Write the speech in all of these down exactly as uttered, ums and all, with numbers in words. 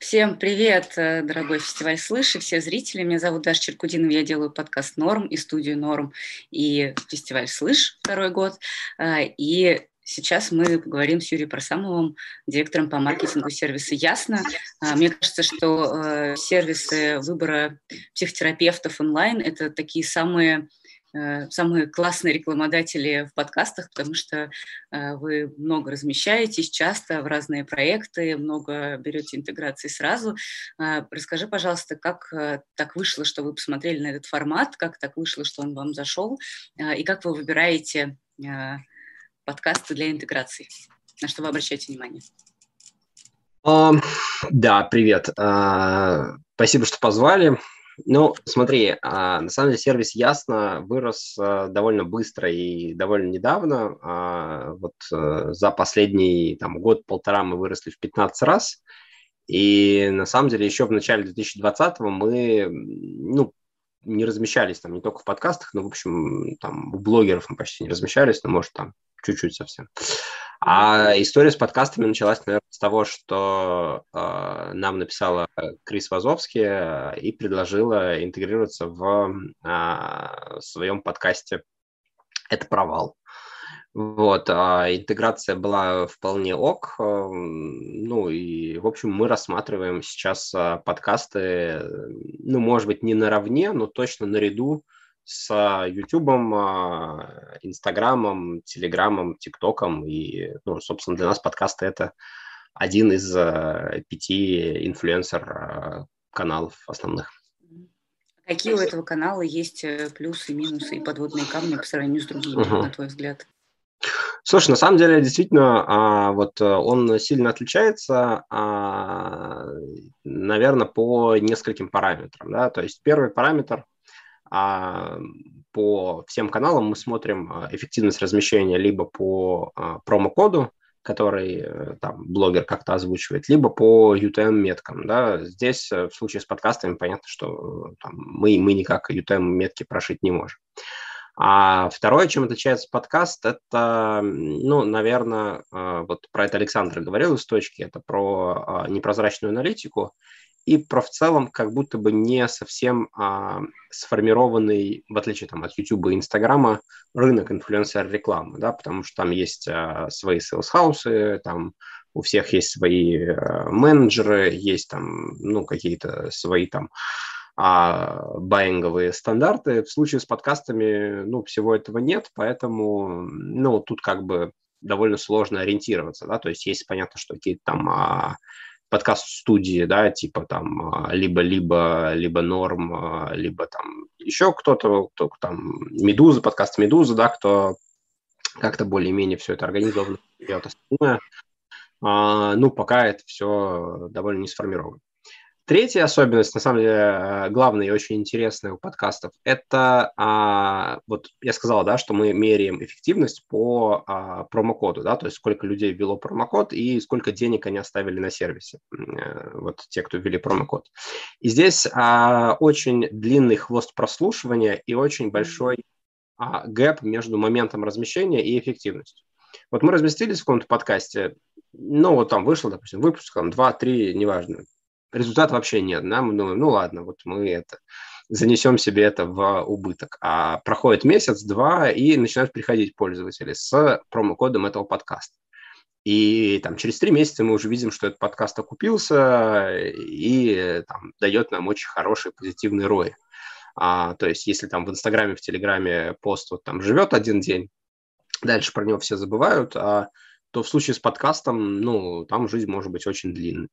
Всем привет, э, дорогой фестиваль «Слышь» и все зрители. Меня зовут Даша Черкудинова, я делаю подкаст «Норм» и студию «Норм» и фестиваль «Слышь» второй год. А, И сейчас мы поговорим с Юрием Парсамовым, директором по маркетингу сервиса «Ясно». А, Мне кажется, что э, сервисы выбора психотерапевтов онлайн – это такие самые э, самые классные рекламодатели в подкастах, потому что э, вы много размещаетесь часто в разные проекты, много берете интеграции сразу. Э, Расскажи, пожалуйста, как э, так вышло, что вы посмотрели на этот формат, как так вышло, что он вам зашел, э, и как вы выбираете э, подкасты для интеграции, на что вы обращаете внимание? А, Да, привет. А, Спасибо, что позвали. Ну, смотри, а, на самом деле сервис Ясно вырос а, довольно быстро и довольно недавно. А, Вот а, за последний там, год-полтора мы выросли в пятнадцать раз. И на самом деле еще в начале две тысячи двадцатого мы м, ну, не размещались там не только в подкастах, но, в общем, там у блогеров мы почти не размещались, но, может, там чуть-чуть совсем. А история с подкастами началась, наверное, с того, что э, нам написала Крис Вазовский э, и предложила интегрироваться в э, своем подкасте «Это провал». Вот, а интеграция была вполне ок. э, Ну и, в общем, мы рассматриваем сейчас а, подкасты, э, ну, может быть, не наравне, но точно наряду с Ютубом, Инстаграмом, Телеграмом, ТикТоком. И, ну, собственно, для нас подкасты – это один из а, пяти инфлюенсер-каналов основных. Какие у этого канала есть э, плюсы, минусы и подводные камни по сравнению с другими, Мгм. на твой взгляд? Слушай, на самом деле, действительно, а, вот э, он сильно отличается, а, наверное, по нескольким параметрам, да. То есть первый параметр а, по всем каналам мы смотрим а, эффективность размещения либо по а, промокоду, который э, там блогер как-то озвучивает, либо по ю ти эм-меткам, да. Здесь э, в случае с подкастами понятно, что э, там, мы, мы никак ю ти эм-метки прошить не можем. А второе, чем отличается подкаст, это, ну, наверное, вот про это Александр говорил из точки, это про а, непрозрачную аналитику и про в целом как будто бы не совсем а, сформированный, в отличие там, от YouTube и Инстаграма, рынок инфлюенсер-рекламы, да, потому что там есть а, свои сейлс-хаусы, там у всех есть свои а, менеджеры, есть там, ну, какие-то свои там а баинговые стандарты. В случае с подкастами, ну, всего этого нет, поэтому, ну, тут как бы довольно сложно ориентироваться, да, то есть есть понятно, что какие-то там а, подкаст-студии, да, типа там а, либо-либо, либо Норм, а, либо там еще кто-то, кто там Медуза, подкаст Медуза, да, кто как-то более-менее все это организованно делает остальное. А, ну, пока это все довольно не сформировано. Третья особенность, на самом деле, э, главная и очень интересная у подкастов, это, а, вот я сказал, да, что мы меряем эффективность по а, промокоду, да, то есть сколько людей ввело промокод и сколько денег они оставили на сервисе, э, вот те, кто ввели промокод. И здесь а, очень длинный хвост прослушивания и очень большой а, гэп между моментом размещения и эффективностью. Вот мы разместились в каком-то подкасте, ну, вот там вышел, допустим, выпуск, там, два-три, неважно, результата вообще нет, да, мы думаем, ну, ладно, вот мы это, занесем себе это в убыток. А проходит месяц-два, и начинают приходить пользователи с промокодом этого подкаста. И там через три месяца мы уже видим, что этот подкаст окупился и там дает нам очень хороший позитивный рой. А, то есть если там в Инстаграме, в Телеграме пост вот там живет один день, дальше про него все забывают, а, то в случае с подкастом, ну, там жизнь может быть очень длинной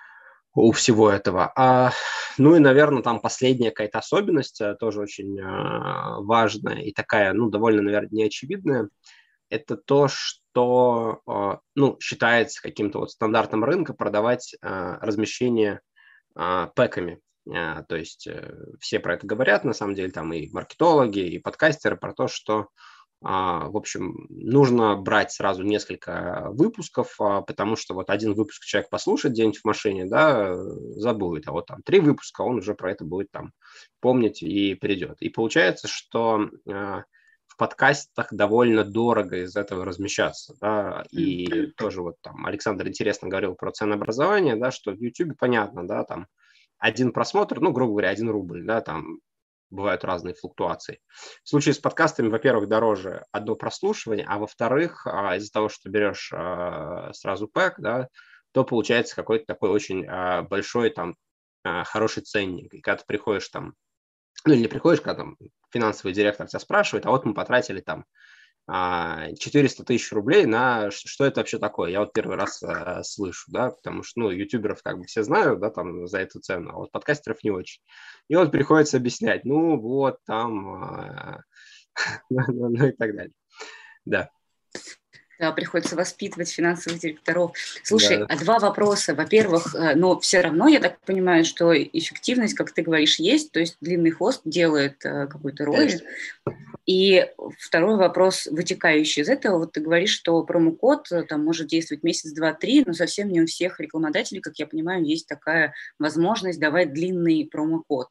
у всего этого. А, ну и, наверное, там последняя какая-то особенность, а, тоже очень а, важная и такая, ну, довольно, наверное, неочевидная, это то, что, а, ну, считается каким-то вот стандартом рынка продавать а, размещение а, пэками. А, то есть э, все про это говорят, на самом деле, там и маркетологи, и подкастеры про то, что а, в общем, нужно брать сразу несколько выпусков, а, потому что вот один выпуск человек послушает где-нибудь в машине, да, забудет, а вот там три выпуска он уже про это будет там помнить и придет. И получается, что а, в подкастах довольно дорого из этого размещаться, да, и Mm-hmm. тоже вот там Александр интересно говорил про ценообразование, да, что в YouTube понятно, да, там один просмотр, ну, грубо говоря, один рубль, да, там бывают разные флуктуации. В случае с подкастами, во-первых, дороже одно прослушивание, а во-вторых, из-за того, что берешь сразу пэк, да, то получается какой-то такой очень большой там хороший ценник. И когда ты приходишь там, ну, или не приходишь, когда там финансовый директор тебя спрашивает, а вот мы потратили там четыреста тысяч рублей на что это вообще такое. Я вот первый раз э, слышу, да, потому что, ну, ютуберов как бы все знают, да, там за эту цену, а вот подкастеров не очень. И вот приходится объяснять, ну, вот там, э, ну и так далее. Да. Да, приходится воспитывать финансовых директоров. Слушай, Да. а два вопроса. Во-первых, но все равно, я так понимаю, что эффективность, как ты говоришь, есть, то есть длинный хвост делает какой-то роли. И второй вопрос, вытекающий из этого, вот ты говоришь, что промокод там может действовать месяц, два, три, но совсем не у всех рекламодателей, как я понимаю, есть такая возможность давать длинный промокод.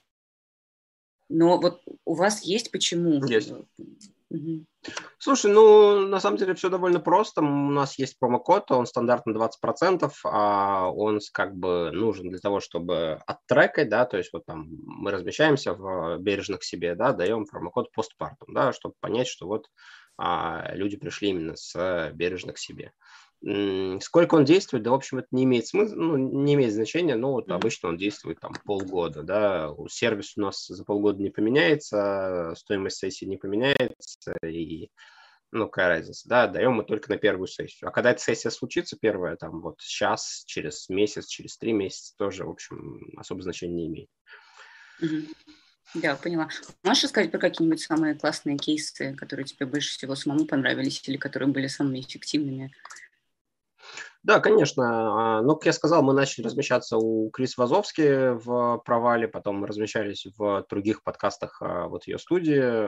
Но вот у вас есть почему? Есть. Угу. Слушай, ну, на самом деле все довольно просто. У нас есть промокод, он стандартно двадцать процентов, а он как бы нужен для того, чтобы оттрекать, да, то есть вот там мы размещаемся в бережно к себе, да, даем промокод постпартум, да, чтобы понять, что вот а, люди пришли именно с бережно к себе. Сколько он действует, да, в общем, это не имеет смысла, ну, не имеет значения, но вот mm-hmm. обычно он действует там полгода, да, сервис у нас за полгода не поменяется, стоимость сессии не поменяется, и, ну, какая разница, да, даем мы только на первую сессию. А когда эта сессия случится, первая, там, вот сейчас, через месяц, через три месяца, тоже, в общем, особо значения не имеет. Mm-hmm. Да, поняла. Можешь рассказать про какие-нибудь самые классные кейсы, которые тебе больше всего самому понравились или которые были самыми эффективными? Да, конечно. Ну, как я сказал, мы начали размещаться у Крис Вазовски в «Провале», потом мы размещались в других подкастах вот ее студии,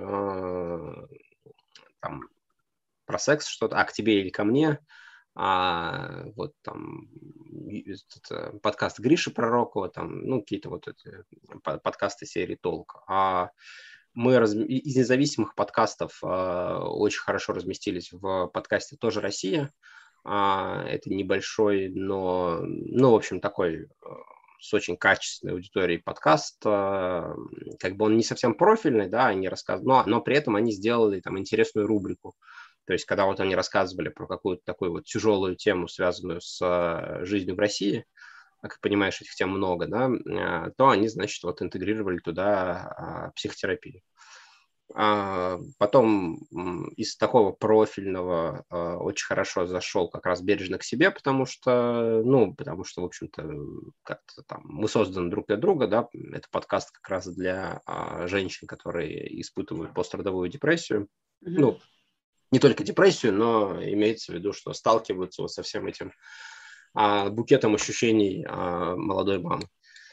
там, про секс что-то, а к тебе или ко мне, а, вот там этот, подкаст Гриши Пророкова, там, ну, какие-то вот эти подкасты серии «Толк». А мы раз... из независимых подкастов а, очень хорошо разместились в подкасте «Тоже Россия». Это небольшой, но, ну, в общем, такой с очень качественной аудиторией подкаст. Как бы он не совсем профильный, да, они рассказывают, но, но при этом они сделали там интересную рубрику. То есть, когда вот они рассказывали про какую-то такую вот тяжелую тему, связанную с жизнью в России, как понимаешь, этих тем много, да, то они, значит, вот интегрировали туда психотерапию. Потом из такого профильного очень хорошо зашел как раз «Бережно к себе», потому что, ну, потому что, в общем-то, как-то там мы созданы друг для друга, да, это подкаст как раз для женщин, которые испытывают пострадовую депрессию, mm-hmm. ну, не только депрессию, но имеется в виду, что сталкиваются вот со всем этим букетом ощущений молодой мамы.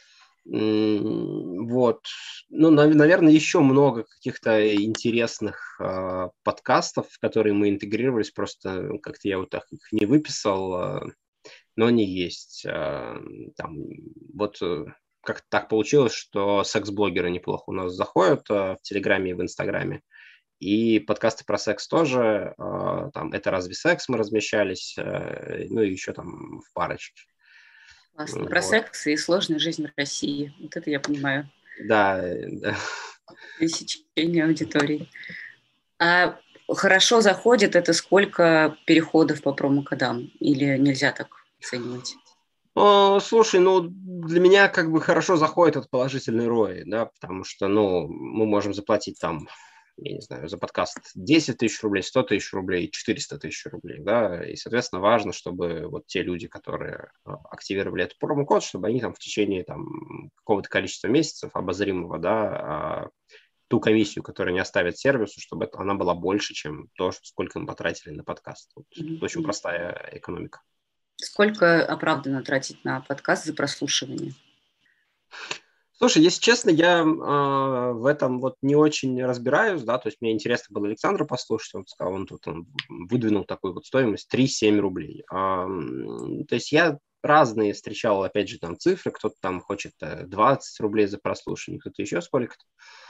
Вот. Ну, наверное, еще много каких-то интересных э, подкастов, в которые мы интегрировались, просто как-то я вот так их не выписал, э, но они есть. Э, там, вот э, как-то так получилось, что секс-блогеры неплохо у нас заходят э, в Телеграме и в Инстаграме, и подкасты про секс тоже, э, там «Это разве секс» мы размещались, э, ну и еще там в парочке. Классно. Про вот. Секс и сложную жизнь в России. Вот это я понимаю. Да, да. Пересечение аудитории. А хорошо заходит это сколько переходов по промокодам? Или нельзя так оценивать? О, слушай, ну, для меня как бы хорошо заходит этот положительный рой, да, потому что, ну, мы можем заплатить там, я не знаю, за подкаст десять тысяч рублей, сто тысяч рублей, четыреста тысяч рублей, да, и, соответственно, важно, чтобы вот те люди, которые активировали этот промокод, чтобы они там в течение там какого-то количества месяцев обозримого, да, ту комиссию, которую они оставят сервису, чтобы это, она была больше, чем то, сколько мы потратили на подкаст. Вот, mm-hmm. Очень простая экономика. Сколько оправданно тратить на подкаст за прослушивание? Слушай, если честно, я э, в этом вот не очень разбираюсь, да, то есть мне интересно было Александра послушать, он сказал, он тут он выдвинул такую вот стоимость три-семь рублей. А, то есть я разные встречал, опять же, там цифры, кто-то там хочет двадцать рублей за прослушивание, кто-то еще сколько-то.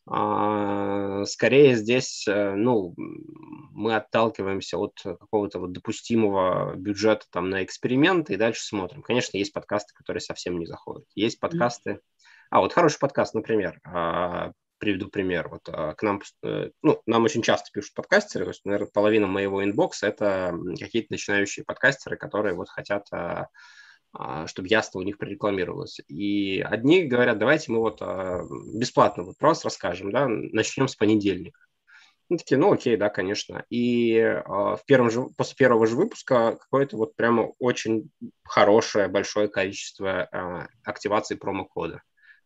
Скорее здесь, ну, мы отталкиваемся от какого-то вот допустимого бюджета там на эксперименты и дальше смотрим. Конечно, есть подкасты, которые совсем не заходят. Есть подкасты... Mm-hmm. А, вот хороший подкаст, например, приведу пример. Вот к нам, ну, нам очень часто пишут подкастеры, то есть, наверное, половина моего инбокса – это какие-то начинающие подкастеры, которые вот хотят... чтобы Ясно у них прорекламировалось. И одни говорят, давайте мы вот бесплатно вот просто расскажем, да, начнем с понедельника. Ну, такие, ну, окей, да, конечно. И в первом же, после первого же выпуска какое-то вот прямо очень хорошее, большое количество активаций промокода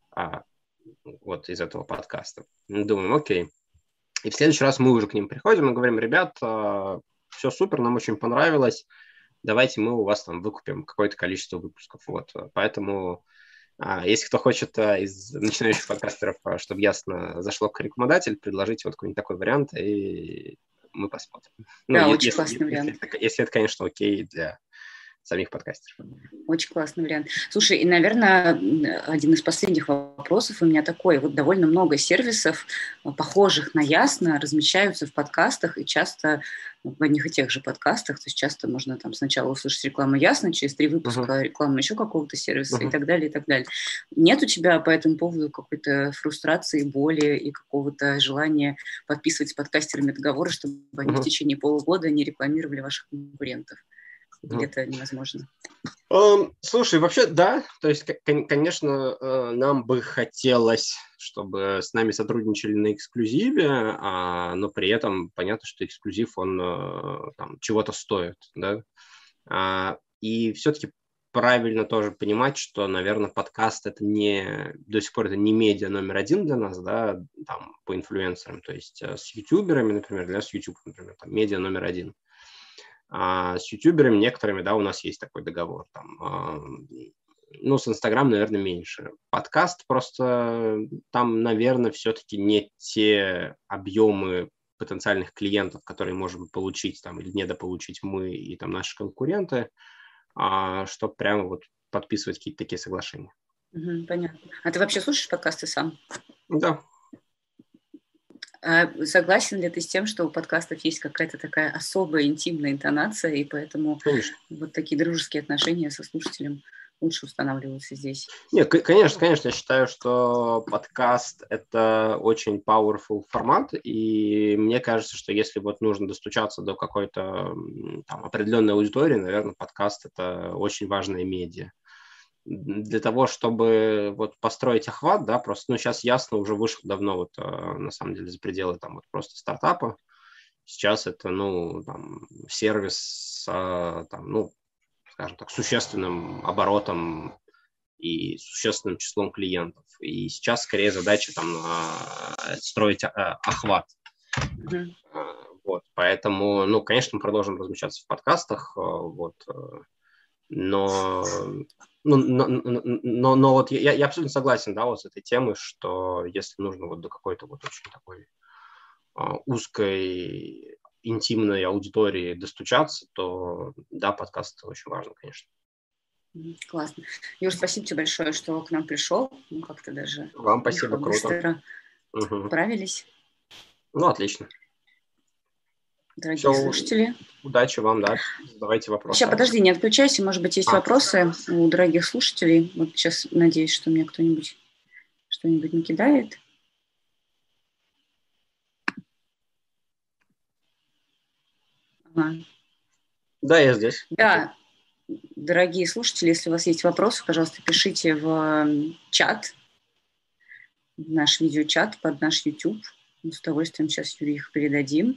вот из этого подкаста. Мы думаем, окей. И в следующий раз мы уже к ним приходим и говорим, ребят, все супер, нам очень понравилось, давайте мы у вас там выкупим какое-то количество выпусков. Вот. Поэтому, а, если кто хочет а, из начинающих подкастеров, а, чтобы ясно зашло как рекламодатель, предложите вот какой-нибудь такой вариант, и мы посмотрим. Да, ну, очень если, классный если, вариант. Если, если это, конечно, окей для самих подкастеров. Очень классный вариант. Слушай, и, наверное, один из последних вопросов у меня такой. Вот довольно много сервисов, похожих на Ясно, размещаются в подкастах, и часто в одних и тех же подкастах, то есть часто можно там сначала услышать рекламу Ясно, через три выпуска uh-huh. рекламу еще какого-то сервиса uh-huh. и так далее, и так далее. Нет у тебя по этому поводу какой-то фрустрации, боли и какого-то желания подписывать с подкастерами договоры, чтобы они uh-huh. в течение полугода не рекламировали ваших конкурентов? Или это невозможно? Слушай, вообще, да. То есть, конечно, нам бы хотелось, чтобы с нами сотрудничали на эксклюзиве, но при этом понятно, что эксклюзив, он там, чего-то стоит, да. И все-таки правильно тоже понимать, что, наверное, подкаст это не, до сих пор это не медиа номер один для нас, да, там, по инфлюенсерам. То есть с ютуберами, например, для с YouTube, например, там, медиа номер один. А с ютуберами некоторыми, да, у нас есть такой договор. Там, а, ну, с Инстаграм, наверное, меньше. Подкаст просто там, наверное, все-таки не те объемы потенциальных клиентов, которые можем получить там или недополучить мы и там наши конкуренты, а, чтобы прямо вот подписывать какие-то такие соглашения. Угу, понятно. А ты вообще слушаешь подкасты сам? Да. А согласен ли ты с тем, что у подкастов есть какая-то такая особая интимная интонация, и поэтому Конечно. вот такие дружеские отношения со слушателем лучше устанавливаются здесь? Нет, конечно, конечно, я считаю, что подкаст – это очень powerful формат, и мне кажется, что если вот нужно достучаться до какой-то там определенной аудитории, наверное, подкаст – это очень важная медиа. Для того, чтобы вот построить охват, да, просто, ну, сейчас Ясно уже вышел давно вот, на самом деле, за пределы там вот просто стартапа. Сейчас это, ну, там, сервис, там, ну, скажем так, существенным оборотом и существенным числом клиентов. И сейчас скорее задача там строить охват. Mm-hmm. Вот, поэтому, ну, конечно, мы продолжим размещаться в подкастах, вот, но... Ну, но, но, но вот я, я абсолютно согласен, да, вот с этой темой, что если нужно вот до какой-то вот очень такой а, узкой, интимной аудитории достучаться, то да, подкаст очень важно, конечно. Классно. Юр, спасибо тебе большое, что к нам пришел. Ну, как-то даже вам спасибо, круто. Быстро угу. справились. Ну, отлично. Дорогие Все, слушатели. Удачи вам, да. Задавайте вопросы. Сейчас, подожди, не отключайся. Может быть, есть а. вопросы у дорогих слушателей. Вот сейчас надеюсь, что мне кто-нибудь что-нибудь накидает. Ага. Да, я здесь. Да, дорогие слушатели, если у вас есть вопросы, пожалуйста, пишите в чат, в наш видеочат под наш YouTube. Мы с удовольствием сейчас Юрию их передадим.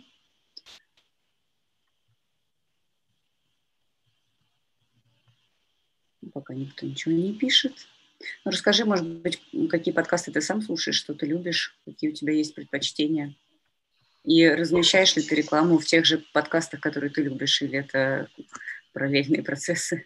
Пока никто ничего не пишет. Ну, расскажи, может быть, какие подкасты ты сам слушаешь, что ты любишь, какие у тебя есть предпочтения. И размещаешь ли ты рекламу в тех же подкастах, которые ты любишь, или это параллельные процессы?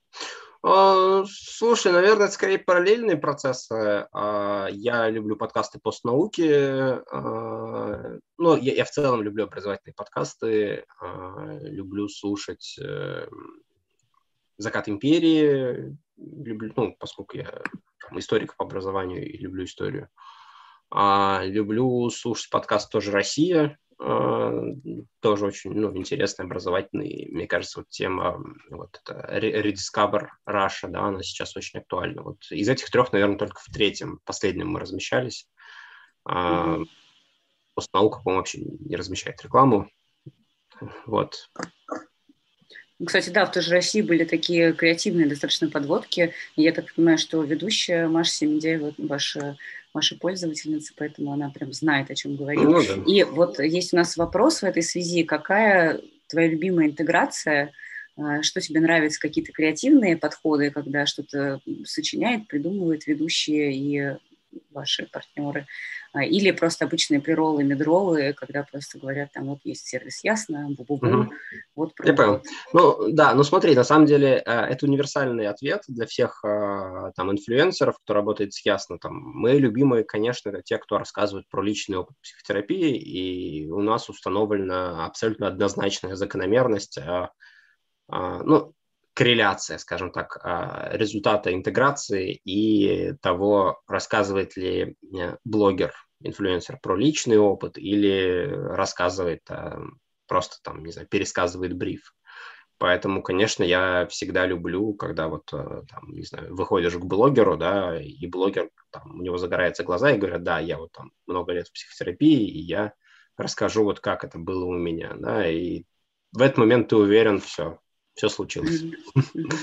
Слушай, наверное, это скорее параллельные процессы. Я люблю подкасты постнауки. Ну, я, я в целом люблю образовательные подкасты. Люблю слушать «Закат империи». Люблю, ну, поскольку я там, историк по образованию и люблю историю. А, люблю слушать подкаст «Тоже Россия». А, тоже очень, ну, интересный, образовательный. Мне кажется, вот тема вот это Rediscover Russia, да, она сейчас очень актуальна. Вот из этих трех, наверное, только в третьем, последнем мы размещались. А, Мгм. Постнаука, по-моему, вообще не размещает рекламу. Вот. Ну, кстати, да, в той же России были такие креативные достаточно подводки. И я так понимаю, что ведущая Маша Семендяева ваша, ваша пользовательница, поэтому она прям знает, о чем говорит. Ну, да. И вот есть у нас вопрос в этой связи. Какая твоя любимая интеграция? А, Что тебе нравятся, какие-то креативные подходы, когда что-то сочиняет, придумывают ведущие и ваши партнеры? А, Или просто обычные приролы, медролы, когда просто говорят, там вот есть сервис Ясно, бу-бу-бу, Угу. вот Я понял. промокод. Ну, да, ну смотри, на самом деле э, это универсальный ответ для всех э, там инфлюенсеров, кто работает с Ясно. Там, мои любимые, конечно, это те, кто рассказывают про личный опыт психотерапии, и у нас установлена абсолютно однозначная закономерность, э, э, ну, корреляция, скажем так, э, результата интеграции и того, рассказывает ли э, блогер, инфлюенсер про личный опыт или рассказывает э, просто там, не знаю, пересказывает бриф. Поэтому, конечно, я всегда люблю, когда вот, э, там, не знаю, выходишь к блогеру, да, и блогер, там, у него загораются глаза и говорят, да, я вот там много лет в психотерапии, и я расскажу вот как это было у меня, да, и в этот момент ты уверен, все, все случилось. Мгм. Мгм.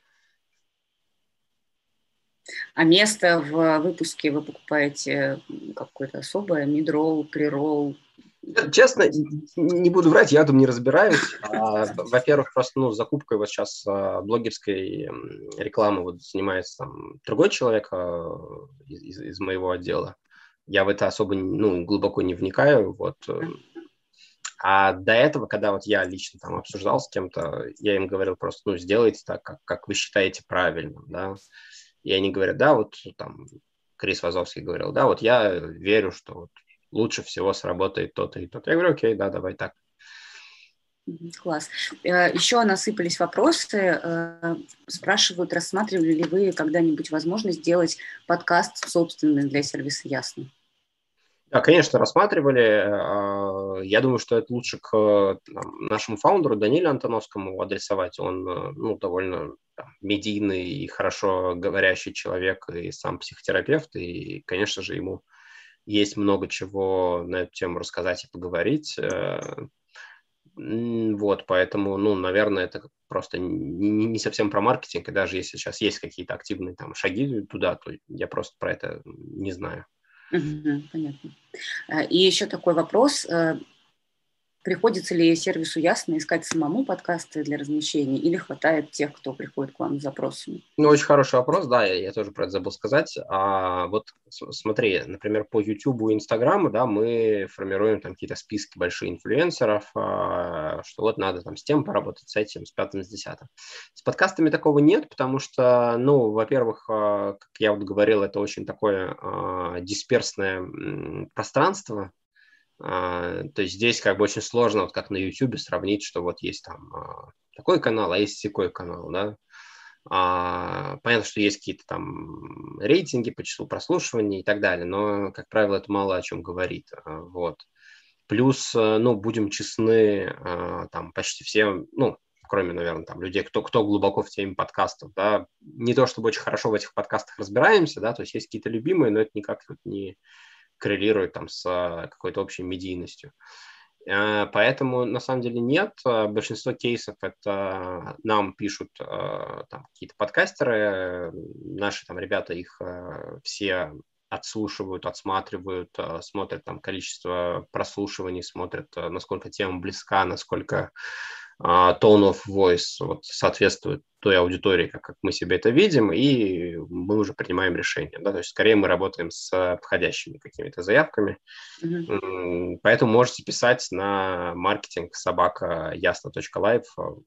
А место в выпуске вы покупаете какое-то особое, мидролл, приролл? Честно, не буду врать, я там не разбираюсь. А, во-первых, просто ну, закупкой вот сейчас а, блогерской м, рекламы вот занимается там другой человек а, из, из- из моего отдела. Я в это особо ну, глубоко не вникаю. Вот. э. А до этого, когда вот я лично там обсуждал с кем-то, я им говорил просто, ну, сделайте так, как, как вы считаете правильным, да. И они говорят, да, вот там Крис Вазовский говорил, да, вот я верю, что вот лучше всего сработает то-то и то-то. Я говорю, окей, да, давай так. Мгм. Класс. Э, Еще насыпались вопросы. э, Спрашивают, рассматривали ли вы когда-нибудь возможность сделать подкаст собственный для сервиса Ясно? Да, конечно, рассматривали. А, Я думаю, что это лучше к там, нашему фаундеру Даниле Антоновскому адресовать. Он э, ну, довольно там, медийный и хорошо говорящий человек, и сам психотерапевт. И, конечно же, ему есть много чего на эту тему рассказать и поговорить. Э, м, Вот, поэтому, ну, наверное, это просто не, не не совсем про маркетинг. И даже если сейчас есть какие-то активные там шаги туда, то я просто про это не знаю. Мгм. Понятно. Э, И еще такой вопрос. э, Приходится ли сервису Ясно искать самому подкасты для размещения или хватает тех, кто приходит к вам с запросами? Ну, очень хороший вопрос, да, я, я тоже про это забыл сказать. А вот с- смотри, например, по YouTube и Инстаграму, да, мы формируем там какие-то списки больших инфлюенсеров, а, что вот надо там с тем поработать, с этим, с пятым, с десятым. С подкастами такого нет, потому что, ну, во-первых, а, как я вот говорил, это очень такое а, дисперсное м, пространство. А, то есть здесь как бы очень сложно, вот как на YouTube, сравнить, что вот есть там а, такой канал, а есть такой канал, да. А, понятно, что есть какие-то там рейтинги по числу прослушиваний и так далее, но, как правило, это мало о чем говорит. А, Вот. Плюс, э, ну, будем честны, а, там почти все, ну, кроме, наверное, там людей, кто, кто глубоко в теме подкастов, да, не то чтобы очень хорошо в этих подкастах разбираемся, да, то есть есть какие-то любимые, но это никак вот не коррелирует там с а, какой-то общей медийностью. Э, Поэтому на самом деле нет. Э, Большинство кейсов это нам пишут э, там, какие-то подкастеры, э, наши там ребята их э, все отслушивают, отсматривают, э, смотрят там количество прослушиваний, смотрят, э, насколько тема близка, насколько а, tone of voice вот, соответствует той аудитории, как, как мы себе это видим, и мы уже принимаем решение. Да? То есть скорее мы работаем с входящими какими-то заявками. Мгм. М, Поэтому можете писать на маркетинг собака ясно точка лайв.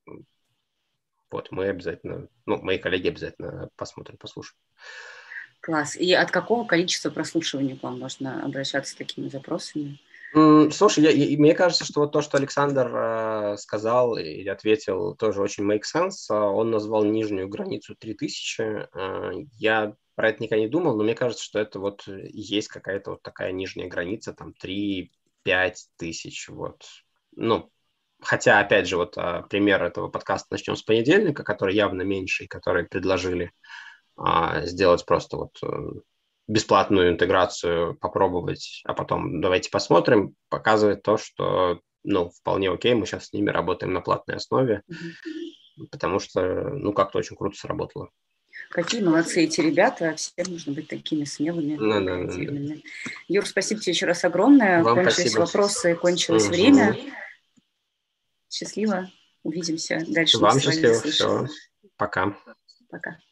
Вот, мы обязательно, ну, мои коллеги обязательно посмотрят, послушают. Класс. И от какого количества прослушиваний к вам можно обращаться с такими запросами? Слушай, я, я, мне кажется, что вот то, что Александр э, сказал или ответил, тоже очень make sense. Он назвал нижнюю границу три тысячи. Э, я про это никогда не думал, но мне кажется, что это вот есть какая-то вот такая нижняя граница, там три-пять тысяч. Вот. Ну, хотя, опять же, вот э, пример этого подкаста начнем с понедельника, который явно меньше, который предложили э, сделать просто вот... Э, бесплатную интеграцию попробовать, а потом давайте посмотрим, показывает то, что, ну, вполне окей, мы сейчас с ними работаем на платной основе, mm-hmm. потому что, ну, как-то очень круто сработало. Какие молодцы эти ребята, всем нужно быть такими смелыми, ну, да, да, да. Юр, спасибо тебе еще раз огромное. Вам кончились спасибо. Вопросы, кончилось mm-hmm. время. Счастливо, увидимся дальше. Вам счастливо, все, пока. Пока.